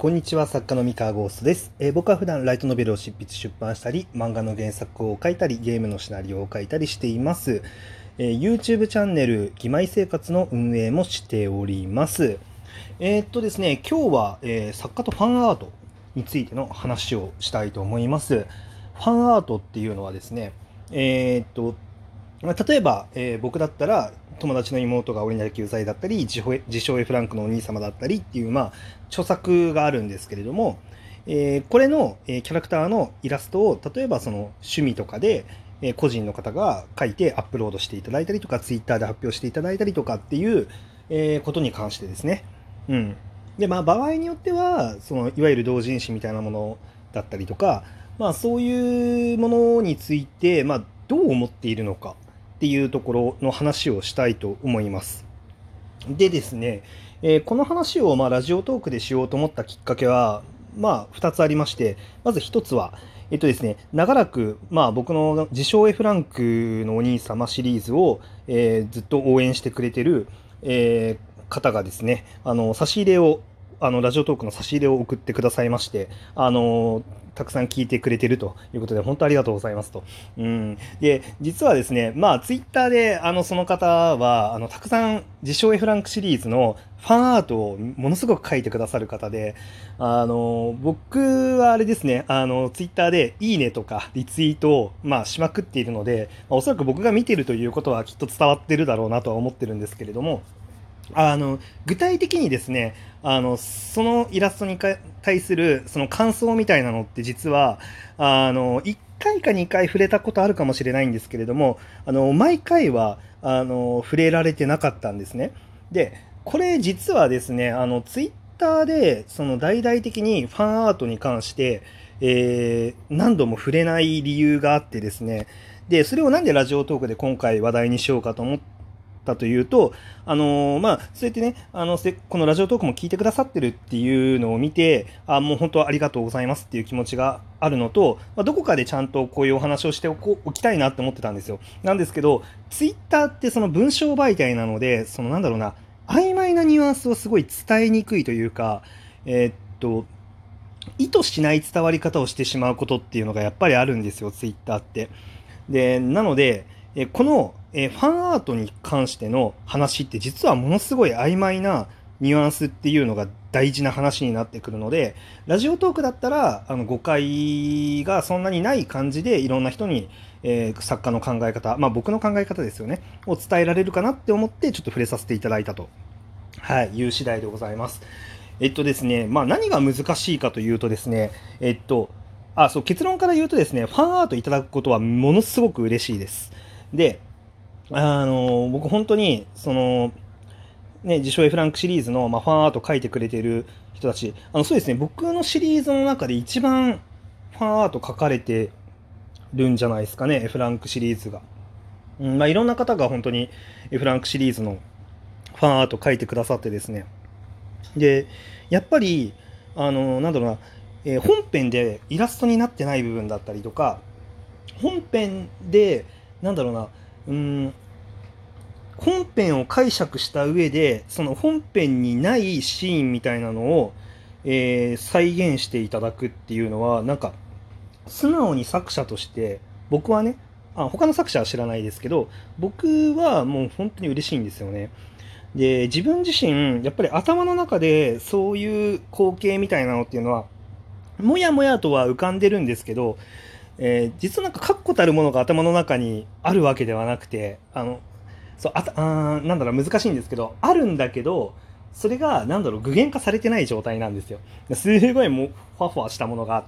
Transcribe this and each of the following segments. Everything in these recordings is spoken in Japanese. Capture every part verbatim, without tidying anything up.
こんにちは、作家の三河ゴーストです、えー僕は普段ライトノベルを執筆出版したり、漫画の原作を書いたり、ゲームのシナリオを書いたりしています。えー YouTube チャンネル、義妹生活の運営もしております。えーっとですね、今日は、えー作家とファンアートについての話をしたいと思います。ファンアートっていうのはですね、えーっと、まあ、例えば、えー僕だったら友達の妹が鬼岳救済だったり、自称自称 F ランクのお兄様だったりっていう、まあ、著作があるんですけれども、えーこれの、えーキャラクターのイラストを例えばその趣味とかで、えー個人の方が書いてアップロードしていただいたりとか、ツイッターで発表していただいたりとかっていう、えーことに関してですね。うん。で、まあ、場合によっては、そのいわゆる同人誌みたいなものだったりとか、まあ、そういうものについて、まあ、どう思っているのかっていうところの話をしたいと思います。でですね、えーこの話をまあラジオトークでしようと思ったきっかけは、まあ、ふたつありまして、まずひとつは、えっとですね、長らく、まあ、僕の自称 F ランクのお兄様シリーズを、えーずっと応援してくれてる、えー方がですね、あの差し入れを、あのラジオトークの差し入れを送ってくださいまして、あのたくさん聞いてくれてるということで、本当ありがとうございますと。うん、で、実はですね、まあ、ツイッターで、あの、その方は、あの、たくさん、自称 F ランクシリーズのファンアートをものすごく書いてくださる方で、あの、僕はあれですね、あの、ツイッターで、いいねとか、リツイートを、まあ、しまくっているので、まあおそらく僕が見てるということはきっと伝わってるだろうなとは思ってるんですけれども、あの、具体的にですね、あの、そのイラストにか対するその感想みたいなのって実は、あの、いっかいかにかい触れたことあるかもしれないんですけれども、あの、毎回は、あの、触れられてなかったんですね。で、これ実はですね、あの、ツイッターで、その大々的にファンアートに関して、えー何度も触れない理由があってですね、で、それをなんでラジオトークで今回話題にしようかと思ったというと、あのーまあ、そうやってね、あの、せこのラジオトークも聞いてくださってるっていうのを見て、あ、もう本当ありがとうございますっていう気持ちがあるのと、まあ、どこかでちゃんとこういうお話をしておこおきたいなって思ってたんですよ。なんですけど、ツイッターってその文章媒体なので、そのなんだろうな、曖昧なニュアンスをすごい伝えにくいというか、えーっと、意図しない伝わり方をしてしまうことっていうのがやっぱりあるんですよ、ツイッターって。で、なので、えこの、えファンアートに関しての話って実はものすごい曖昧なニュアンスっていうのが大事な話になってくるので、ラジオトークだったらあの誤解がそんなにない感じでいろんな人に、えー作家の考え方、まあ僕の考え方ですよね、を伝えられるかなって思ってちょっと触れさせていただいたと、はい、いう次第でございます。えっとですね、まあ何が難しいかというとですね、えっと、あ、そう、結論から言うとですね、ファンアートいただくことはものすごく嬉しいです。で、あの、僕本当に、その、ね、自称 F ランクシリーズの、まあ、ファンアート書いてくれてる人たち、あの、そうですね、僕のシリーズの中で一番ファンアート書かれてるんじゃないですかね、F ランクシリーズが。うん、まあ、いろんな方が本当に F ランクシリーズのファンアート書いてくださってですね、で、やっぱり、あの、なんだろうな、えー本編でイラストになってない部分だったりとか、本編で、なんだろうな、うーん、本編を解釈した上で、その本編にないシーンみたいなのを、えー再現していただくっていうのは、なんか、素直に作者として、僕はね、あ、他の作者は知らないですけど、僕はもう本当に嬉しいんですよね。で、自分自身、やっぱり頭の中でそういう光景みたいなのっていうのは、もやもやとは浮かんでるんですけど、えー実はなんか確固たるものが頭の中にあるわけではなくて、あの、そう、あた、あーなんだろう、難しいんですけど、あるんだけど、それが、なんだろう、具現化されてない状態なんですよ。すごいもう、ふわふわしたものがあって、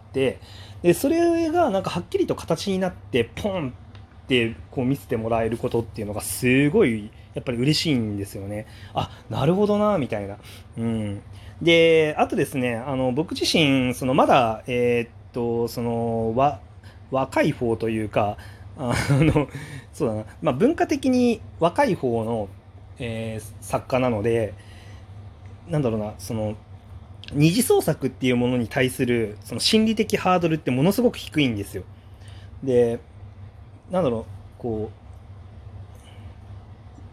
で、それが、なんかはっきりと形になって、ポンってこう見せてもらえることっていうのが、すごい、やっぱり嬉しいんですよね。あ、なるほどな、みたいな。うん。で、あとですね、あの、僕自身、その、まだ、えーっと、その、わ、若い方というか、あの、そうだな、まあ、文化的に若い方の、えー作家なので、なんだろうな、その、二次創作っていうものに対する、その心理的ハードルってものすごく低いんですよ。で、なんだろう、こ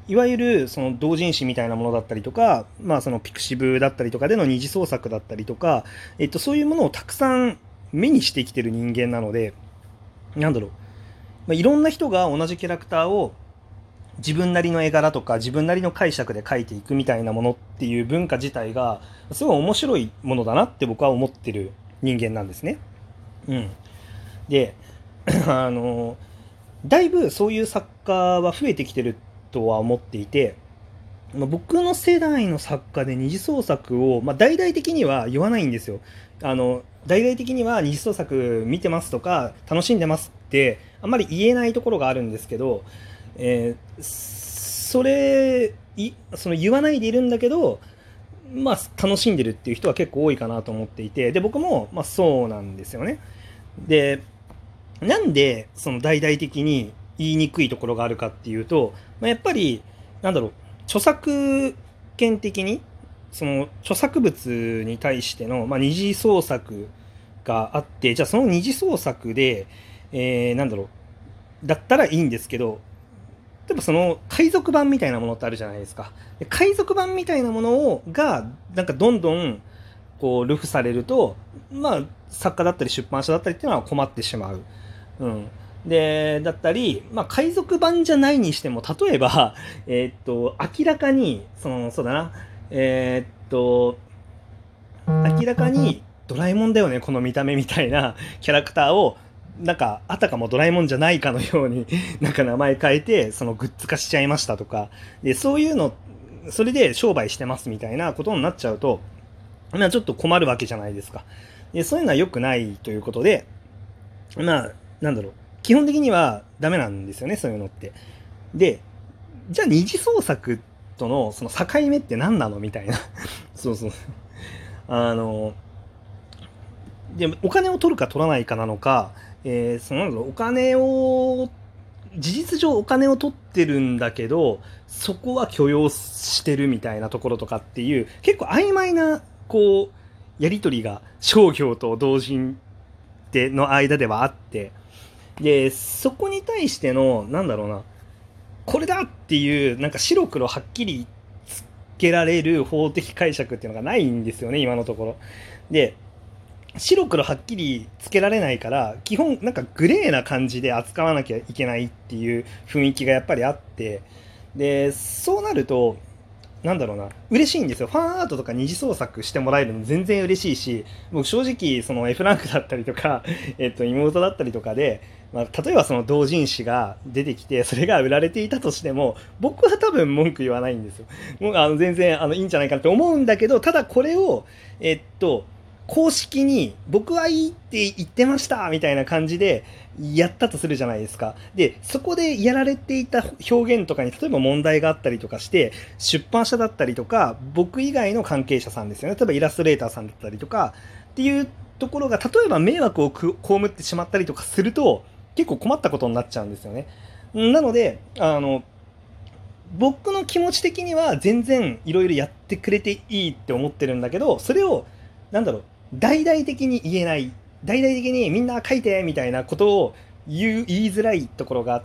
いわゆるその同人誌みたいなものだったりとか、まあ、そのピクシブだったりとかでの二次創作だったりとか、えっと、そういうものをたくさん目にしてきてる人間なので、なんだろう、まあ、いろんな人が同じキャラクターを自分なりの絵柄とか自分なりの解釈で描いていくみたいなものっていう文化自体がすごい面白いものだなって僕は思ってる人間なんですね。うん、であのだいぶそういう作家は増えてきてるとは思っていて、僕の世代の作家で二次創作を、まあ、大々的には言わないんですよ。あの大々的には二次創作見てますとか楽しんでますってあんまり言えないところがあるんですけど、えー、それいその言わないでいるんだけど、まあ、楽しんでるっていう人は結構多いかなと思っていて、で僕もまあそうなんですよね。でなんでその大々的に言いにくいところがあるかっていうと、まあ、やっぱりなんだろう、著作権的にその著作物に対しての、まあ、二次創作があって、じゃあその二次創作で、えー、なんだろうだったらいいんですけど、例えばその海賊版みたいなものってあるじゃないですか。で海賊版みたいなものをがなんかどんどんこう流布されると、まあ作家だったり出版社だったりっていうのは困ってしまう。うん。で、だったり、まあ海賊版じゃないにしても、例えば、えーっと、明らかに、その、そうだな、えーっと、明らかにドラえもんだよね、この見た目みたいなキャラクターを、なんか、あたかもドラえもんじゃないかのように、なんか名前変えて、そのグッズ化しちゃいましたとか、で、そういうの、それで商売してますみたいなことになっちゃうと、まあちょっと困るわけじゃないですか。で、そういうのは良くないということで、まあ、なんだろう、基本的にはダメなんですよね、そういうのって。で、じゃあ二次創作とのその境目って何なのみたいな。そうそう。あの、で、お金を取るか取らないかなのか、えー、そのなんだろう、お金を、事実上お金を取ってるんだけど、そこは許容してるみたいなところとかっていう、結構曖昧な、こう、やりとりが商業と同人での間ではあって、で、そこに対しての、なんだろうな、これだっていう、なんか白黒はっきりつけられる法的解釈っていうのがないんですよね、今のところ。で、白黒はっきりつけられないから、基本なんかグレーな感じで扱わなきゃいけないっていう雰囲気がやっぱりあって、で、そうなると、なんだろうな、嬉しいんですよ。ファンアートとか二次創作してもらえるの全然嬉しいし、僕正直、その F ランクだったりとか、えっと、妹だったりとかで、まあ、例えばその同人誌が出てきて、それが売られていたとしても、僕は多分文句言わないんですよ。もうあの全然あのいいんじゃないかなって思うんだけど、ただこれを、えっと、公式に僕はいいって言ってましたみたいな感じでやったとするじゃないですか。で、そこでやられていた表現とかに例えば問題があったりとかして、出版社だったりとか、僕以外の関係者さんですよね。例えばイラストレーターさんだったりとかっていうところが、例えば迷惑を被ってしまったりとかすると、結構困ったことになっちゃうんですよね。なので、あの、僕の気持ち的には全然いろいろやってくれていいって思ってるんだけど、それを、なんだろう、大々的に言えない、大々的にみんな書いてみたいなことを言う言いづらいところがあって、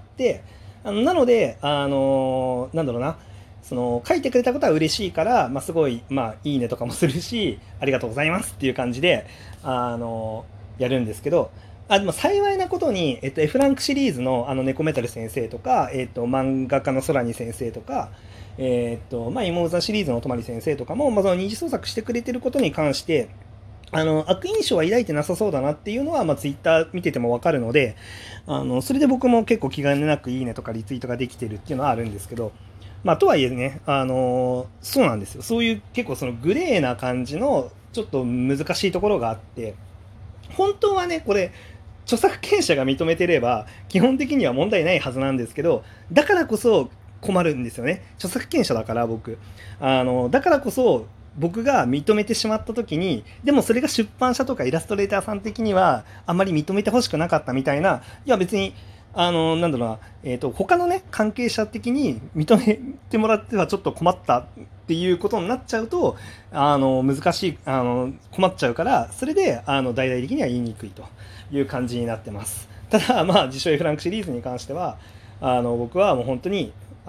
あのなので、あのなんだろうな、その書いてくれたことは嬉しいから、まあ、すごい、まあ、いいねとかもするし、ありがとうございますっていう感じで、あのやるんですけど、あでも幸いなことに、えっと、F ランクシリーズのあの猫メタル先生とか、えっと、漫画家の空に先生とか、えっとまあ、妹座シリーズのおとまり先生とかも、まあ、その二次創作してくれてることに関して、あの悪印象は抱いてなさそうだなっていうのは、まあ、ツイッター見てても分かるので、あのそれで僕も結構気兼ねなくいいねとかリツイートができてるっていうのはあるんですけど、まあ、とはいえね、あのそうなんですよ。そういう結構そのグレーな感じのちょっと難しいところがあって、本当はね、これ、著作権者が認めてれば、基本的には問題ないはずなんですけど、だからこそ困るんですよね。著作権者だから僕。あの、だからこそ、僕が認めてしまった時に、でもそれが出版社とかイラストレーターさん的にはあんまり認めてほしくなかったみたいな、いや別に、あの、なんだろうな、えっと、他のね、関係者的に認めてもらってはちょっと困ったっていうことになっちゃうと、あの、難しい、あの、困っちゃうから、それで、あの、大々的には言いにくいという感じになってます。ただ、まあ、自称 F ランクシリーズに関しては、あの、僕はもう本当に、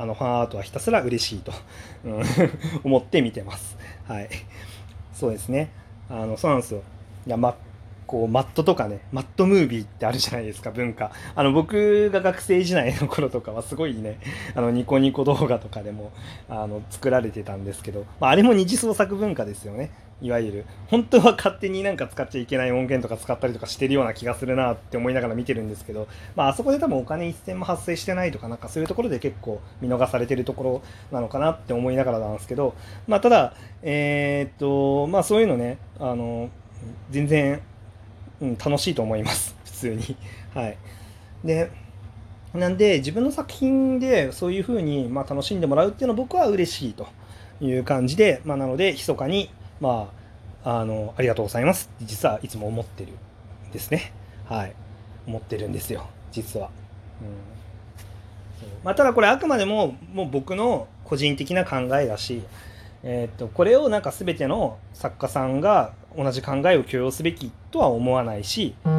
あのファンアートはひたすら嬉しいと、うん、思って見てます。はい。そうですね。あの、そうなんですよ。いや、ま、こう、マットとかね、マットムービーってあるじゃないですか、文化。あの、僕が学生時代の頃とかはすごいね、あの、ニコニコ動画とかでも、あの、作られてたんですけど、まあ、あれも二次創作文化ですよね。いわゆる。本当は勝手になんか使っちゃいけない音源とか使ったりとかしてるような気がするなって思いながら見てるんですけど、まあ、あそこで多分お金一銭も発生してないとか、なんかそういうところで結構見逃されてるところなのかなって思いながらなんですけど、まあ、ただ、えーっと、まあ、そういうのね、あの、全然、うん、楽しいと思います。普通に。はい。で、なんで、自分の作品でそういう風に、まあ、楽しんでもらうっていうのは僕は嬉しいという感じで、まあ、なので、密かに、まあ、あの、ありがとうございますって実はいつも思ってるんですね。はい。思ってるんですよ、実は。うん。そうまあ、ただこれあくまでも、もう僕の個人的な考えだし、えーっと、これをなんか全ての作家さんが同じ考えを許容すべきとは思わないし、うん、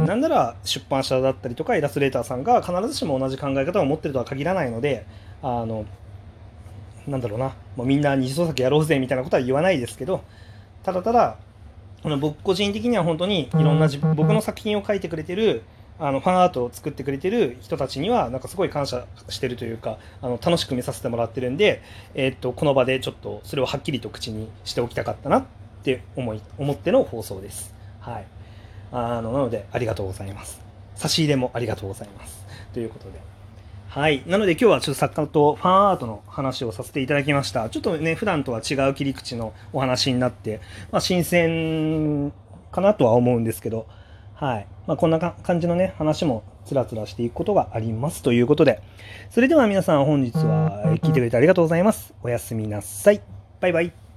なんなら出版社だったりとかイラストレーターさんが必ずしも同じ考え方を持ってるとは限らないので、あの、なんだろうな、もうみんな二次創作やろうぜみたいなことは言わないですけど、ただただ、あの僕個人的には本当にいろんな自僕の作品を書いてくれてるあのファンアートを作ってくれてる人たちにはなんかすごい感謝してるというか、あの楽しく見させてもらってるんで、えーっとこの場でちょっとそれをはっきりと口にしておきたかったなって思い思っての放送です。はい。あのなのでありがとうございます。差し入れもありがとうございます。ということで。はい。なので今日はちょっと作家とファンアートの話をさせていただきました。ちょっとね、普段とは違う切り口のお話になって、まあ、新鮮かなとは思うんですけど、はい。まあ、こんな感じのね、話もつらつらしていくことがありますということで、それでは皆さん本日は聞いてくれてありがとうございます。おやすみなさい。バイバイ。